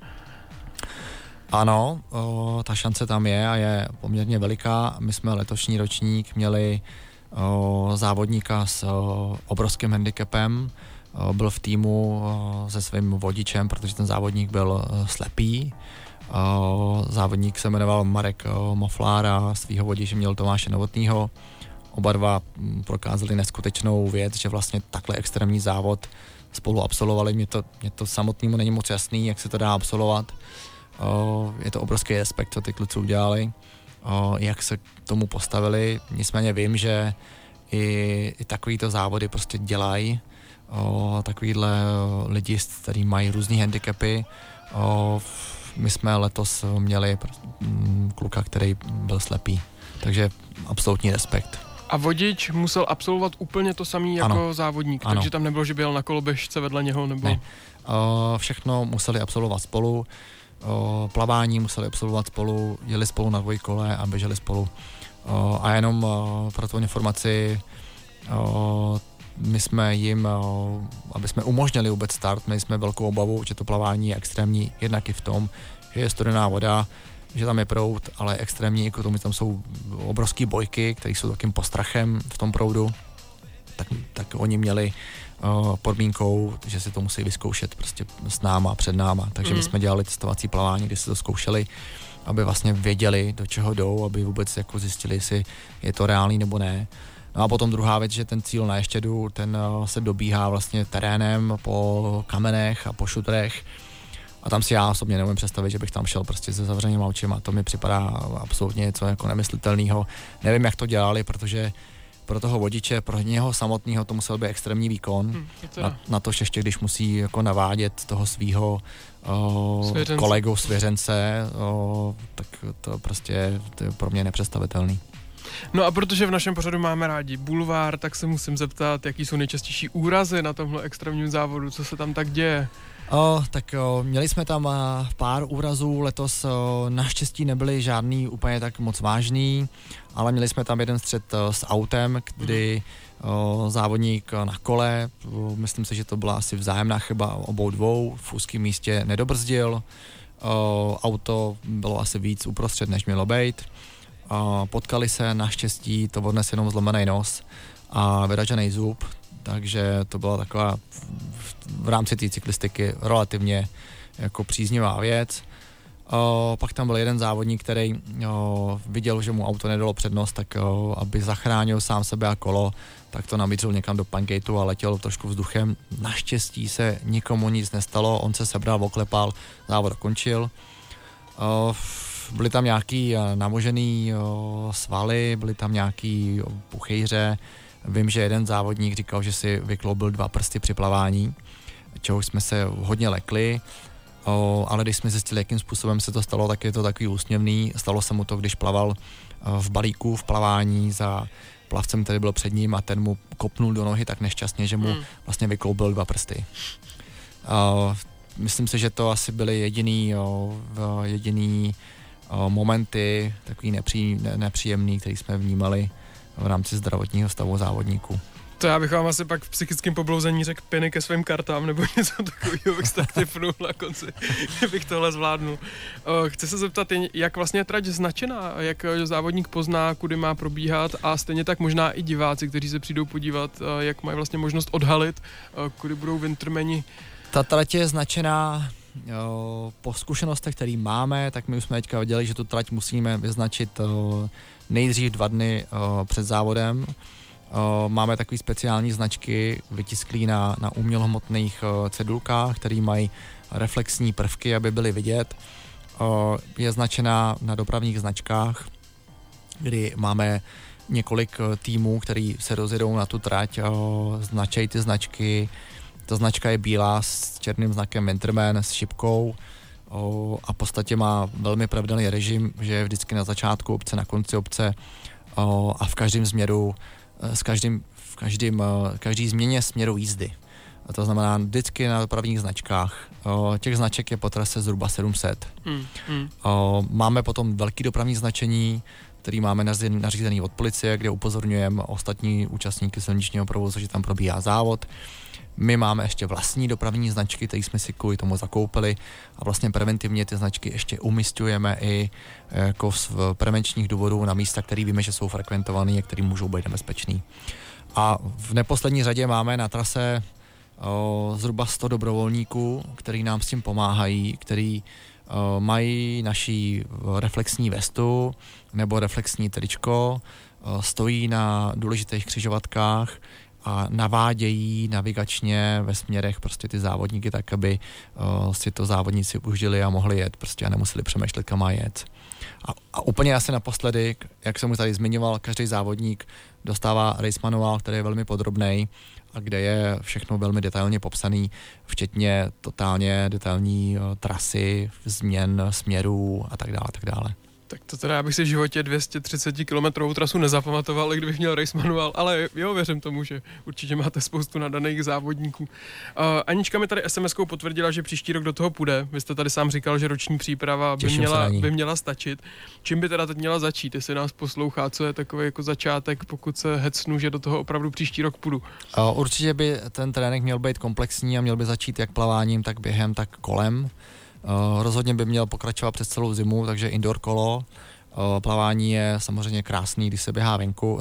C: Ano, ta šance tam je a je poměrně veliká. My jsme letošní ročník měli závodníka s obrovským handicapem, byl v týmu se svým vodičem, protože ten závodník byl slepý. Závodník se jmenoval Marek Moflár a svýho vodiče měl Tomáše Novotnýho. Oba dva prokázali neskutečnou věc, že vlastně takhle extrémní závod spolu absolvovali. Mně to samotnému není moc jasný, jak se to dá absolvovat. Je to obrovský respekt, co ty kluci udělali, jak se k tomu postavili. Nicméně vím, že i takovýto závody prostě dělají takovýhle lidi, kteří mají různý handicapy. My jsme letos měli kluka, který byl slepý, takže absolutní respekt.
B: A vodič musel absolvovat úplně to samý jako závodník, takže tam nebylo, že byl na koloběžce vedle něho? Nebo...
C: Ne. Všechno museli absolvovat spolu, plavání museli absolvovat spolu, jeli spolu na dvojkole a běželi spolu. A jenom pro tu informaci, my jsme jim, aby jsme umožnili vůbec start, měli jsme velkou obavu, že to plavání je extrémní, jednak i v tom, že je studená voda, že tam je proud, ale extrémní, jako tomu tam jsou obrovský bojky, které jsou takým postrachem v tom proudu, tak oni měli podmínkou, že si to musí vyzkoušet prostě s náma, před náma, takže my jsme dělali testovací plavání, kdy si to zkoušeli, aby vlastně věděli, do čeho jdou, aby vůbec jako zjistili, jestli je to reálný nebo ne. No a potom druhá věc, že ten cíl na Ještědu, ten se dobíhá vlastně terénem po kamenech a po šutrech. A tam si já osobně neumím představit, že bych tam šel prostě se zavřenýma očima. To mi připadá absolutně něco jako nemyslitelného. Nevím, jak to dělali, protože pro toho vodiče, pro něho samotného to musel být extrémní výkon. Na to ještě, když musí jako navádět toho svýho kolegu, svěřence, tak to prostě to je pro mě nepředstavitelný.
B: No a protože v našem pořadu máme rádi bulvár, tak se musím zeptat, jaký jsou nejčastější úrazy na tomhle extrémním závodu, co se tam tak děje?
C: Měli jsme tam pár úrazů, letos naštěstí nebyly žádný úplně tak moc vážný, ale měli jsme tam jeden střet s autem, kdy závodník na kole, myslím si, že to byla asi vzájemná chyba obou dvou, v úzkém místě nedobrzdil, auto bylo asi víc uprostřed, než mělo být. Potkali se, naštěstí to odnes jenom zlomený nos a vyražený zub, takže to byla taková v rámci té cyklistiky relativně jako příznivá věc. Pak tam byl jeden závodník, který viděl, že mu auto nedalo přednost, tak aby zachránil sám sebe a kolo, tak to namířil někam do pankejtu a letěl trošku vzduchem. Naštěstí se nikomu nic nestalo, on se sebral, oklepal, závod dokončil. Byly tam nějaký namožený svaly, byly tam nějaký puchejře. Vím, že jeden závodník říkal, že si vykloubil 2 prsty při plavání, čeho jsme se hodně lekli, ale když jsme zjistili, jakým způsobem se to stalo, tak je to takový úsměvný. Stalo se mu to, když plaval v balíku v plavání za plavcem, který byl před ním a ten mu kopnul do nohy tak nešťastně, že mu vlastně vykloubil 2 prsty. Myslím si, že to asi byly jediný momenty, takový nepříjemný, který jsme vnímali v rámci zdravotního stavu závodníků.
B: To já bych vám asi pak v psychickém poblouzení řekl piny ke svým kartám nebo něco takového, bych se tak typnul na konci, kdybych tohle zvládnul. Chci se zeptat, jak vlastně je trať značená, jak závodník pozná, kudy má probíhat a stejně tak možná i diváci, kteří se přijdou podívat, jak mají vlastně možnost odhalit, kudy budou wintermeni.
C: Ta trať je značená po zkušenostech, které máme, tak my už jsme teďka věděli, že tu trať musíme vyznačit nejdřív 2 dny před závodem. Máme takové speciální značky vytisklé na umělohmotných cedulkách, které mají reflexní prvky, aby byly vidět. Je značená na dopravních značkách, kdy máme několik týmů, který se rozjedou na tu trať, značejí ty značky. Ta značka je bílá s černým znakem Winterman, s šipkou a v podstatě má velmi pravidelný režim, že je vždycky na začátku obce, na konci obce a v každém směru, každý změně směru jízdy. A to znamená vždycky na dopravních značkách. Těch značek je po trase zhruba 700. Máme potom velký dopravní značení, který máme nařízený od policie, kde upozorňujeme ostatní účastníky silničního provozu, že tam probíhá závod. My máme ještě vlastní dopravní značky, které jsme si kvůli tomu zakoupili a vlastně preventivně ty značky ještě umísťujeme i jako z prevenčních důvodů na místa, které víme, že jsou frekventované a které můžou být nebezpečný. A v neposlední řadě máme na trase zhruba 100 dobrovolníků, který nám s tím pomáhají, který mají naší reflexní vestu nebo reflexní tričko, stojí na důležitých křižovatkách a navádějí navigačně ve směrech prostě ty závodníky tak, aby si to závodníci užili a mohli jet prostě a nemuseli přemýšlet, kam má jet. A úplně asi naposledy, jak jsem už tady zmiňoval, každý závodník dostává race manuál, který je velmi podrobný a kde je všechno velmi detailně popsaný, včetně totálně detailní trasy, změn směrů a tak dále, tak dále.
B: Tak to teda já bych si v životě 230 km trasu nezapamatoval, kdybych měl race manuál, ale jo, věřím tomu, že určitě máte spoustu nadaných závodníků. Anička mi tady SMS-kou potvrdila, že příští rok do toho půjde. Vy jste tady sám říkal, že roční příprava by měla stačit. Čím by teda teď měla začít, jestli nás poslouchá, co je takový jako začátek, pokud se hecnu, že do toho opravdu příští rok půjdu?
C: Určitě by ten trénink měl být komplexní a měl by začít jak plaváním, tak během, tak kolem. Rozhodně by měl pokračovat přes celou zimu, takže indoor kolo. Plavání je samozřejmě krásný, když se běhá venku,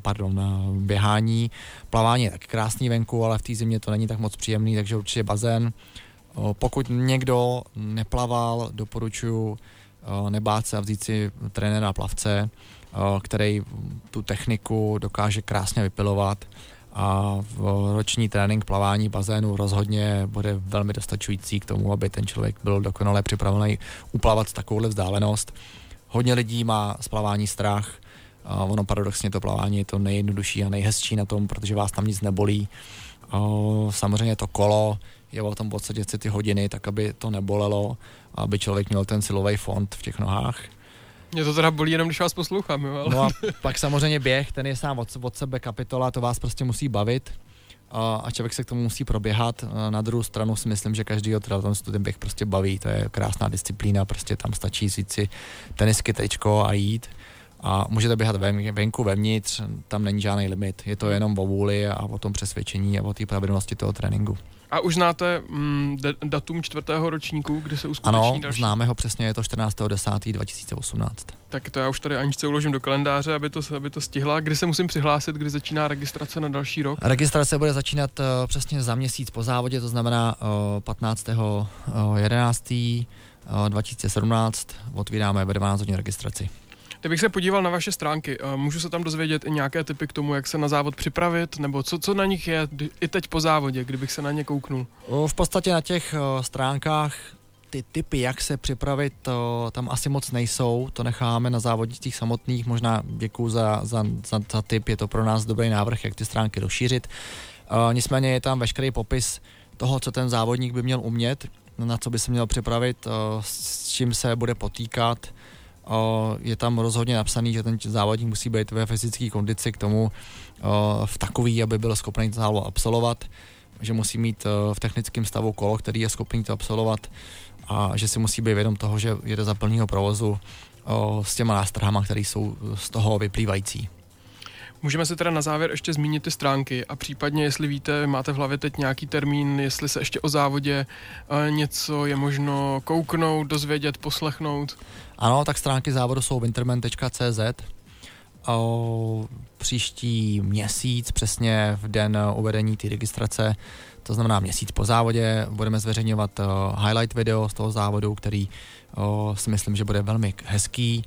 C: běhání. Plavání je taky krásný venku, ale v té zimě to není tak moc příjemný, takže určitě bazén. Pokud někdo neplaval, doporučuji nebát se a vzít si trenéra plavce, který tu techniku dokáže krásně vypilovat. A roční trénink plavání bazénu rozhodně bude velmi dostačující k tomu, aby ten člověk byl dokonale připravený uplavat takovouhle vzdálenost. Hodně lidí má z plavání strach, ono paradoxně to plavání je to nejjednodušší a nejhezčí na tom, protože vás tam nic nebolí. Samozřejmě to kolo je o tom odsedět si ty hodiny, tak aby to nebolelo, aby člověk měl ten silový fond v těch nohách.
B: Mě to teda bolí jenom, když vás poslouchám, jo, ale...
C: No a pak samozřejmě běh, ten je sám od sebe kapitola, to vás prostě musí bavit a člověk se k tomu musí proběhat. Na druhou stranu si myslím, že každýho triatlonistu ten běh prostě baví, to je krásná disciplína, prostě tam stačí vzít si tenisky, tričko a jít. A můžete běhat venku, vevnitř, tam není žádný limit, je to jenom o vůli a o tom přesvědčení a o té pravidelnosti toho tréninku.
B: A už znáte datum 4. ročníku, kdy se uskuteční další?
C: Ano, známe ho přesně, je to 14.10.2018.
B: Tak to já už tady Aničce uložím do kalendáře, aby to stihla. Kdy se musím přihlásit, kdy začíná registrace na další rok?
C: Registrace bude začínat přesně za měsíc po závodě, to znamená 15.11.2017, otvíráme ve 12 hodin registraci.
B: Kdybych se podíval na vaše stránky, můžu se tam dozvědět i nějaké tipy k tomu, jak se na závod připravit, nebo co na nich je i teď po závodě, kdybych se na ně kouknul?
C: V podstatě na těch stránkách ty tipy, jak se připravit, tam asi moc nejsou, to necháme na závodnicích samotných, možná děkuju za tip, je to pro nás dobrý návrh, jak ty stránky rozšířit. Nicméně je tam veškerý popis toho, co ten závodník by měl umět, na co by se měl připravit, s čím se bude potýkat. Je tam rozhodně napsaný, že ten závodník musí být ve fyzické kondici k tomu v takový, aby byl schopný závod absolvovat. že musí mít v technickém stavu kolo, který je schopný to absolvovat a že si musí být vědom toho, že jede za plného provozu s těma nástrahama, které jsou z toho vyplývající.
B: Můžeme se teda na závěr ještě zmínit ty stránky a případně, jestli víte, máte v hlavě teď nějaký termín, jestli se ještě o závodě něco je možno kouknout, dozvědět, poslechnout.
C: Ano, tak stránky závodu jsou winterman.cz. Příští měsíc, přesně v den uvedení té registrace, to znamená měsíc po závodě, budeme zveřejňovat highlight video z toho závodu, který si myslím, že bude velmi hezký.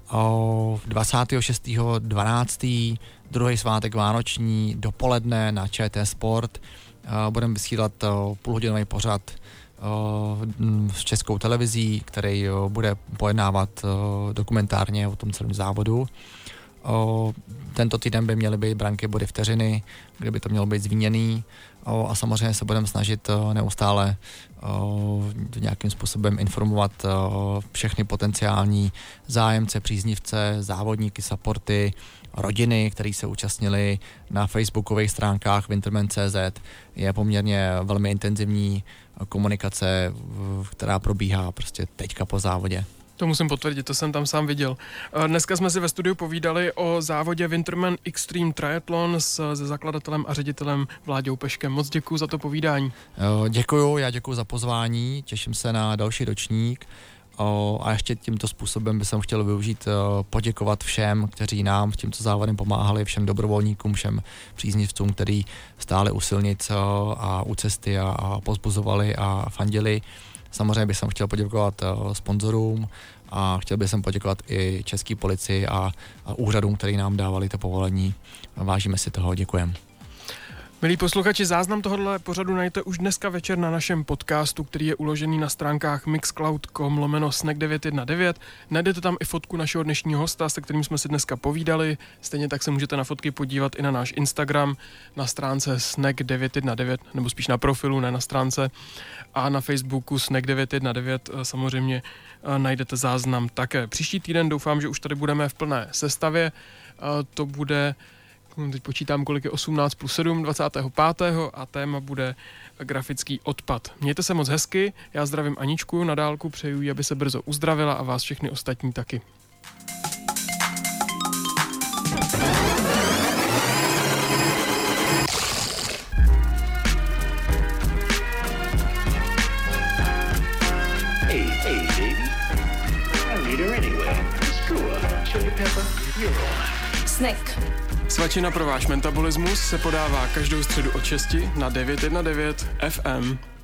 C: 26.12. druhý svátek vánoční dopoledne na ČT Sport budeme vysílat půlhodinový pořad s Českou televizí, který bude pojednávat dokumentárně o tom celém závodu. Tento týden by měly být branky body vteřiny, kde by to mělo být zmíněný a samozřejmě se budeme snažit neustále nějakým způsobem informovat všechny potenciální zájemce, příznivce, závodníky, supporty, rodiny, který se účastnili na facebookových stránkách winterman.cz. Je poměrně velmi intenzivní komunikace, která probíhá prostě teďka po závodě.
B: To musím potvrdit, to jsem tam sám viděl. Dneska jsme si ve studiu povídali o závodě Winterman Extreme Triathlon se zakladatelem a ředitelem Vláďou Peškem. Moc děkuju za to povídání.
C: Děkuju, já děkuju za pozvání, těším se na další ročník a ještě tímto způsobem bych chtěl využít, poděkovat všem, kteří nám s tímto závodem pomáhali, všem dobrovolníkům, všem příznivcům, kteří stáli u silnic a u cesty a pozbuzovali a fandili. Samozřejmě bych chtěl poděkovat sponzorům a chtěl bych poděkovat i české policii a úřadům, který nám dávali to povolení. Vážíme si toho, děkujeme.
B: Milí posluchači, záznam tohohle pořadu najdete už dneska večer na našem podcastu, který je uložený na stránkách mixcloud.com/snack919. Najdete tam i fotku našeho dnešního hosta, se kterým jsme si dneska povídali. Stejně tak se můžete na fotky podívat i na náš Instagram, na stránce snack919, nebo spíš na profilu, ne na stránce. A na Facebooku snack919 samozřejmě najdete záznam také. Příští týden doufám, že už tady budeme v plné sestavě. To bude... Teď počítám, kolik je 18+7, 25. a téma bude grafický odpad. Mějte se moc hezky, já zdravím Aničku, na dálku přeju jí, aby se brzo uzdravila a vás všechny ostatní taky.
E: Hey, baby. I need her anyway. Screw her. Chili pepper, you're on.
A: Snack.
B: Svačina pro váš metabolismus se podává každou středu od 6 na 919 FM.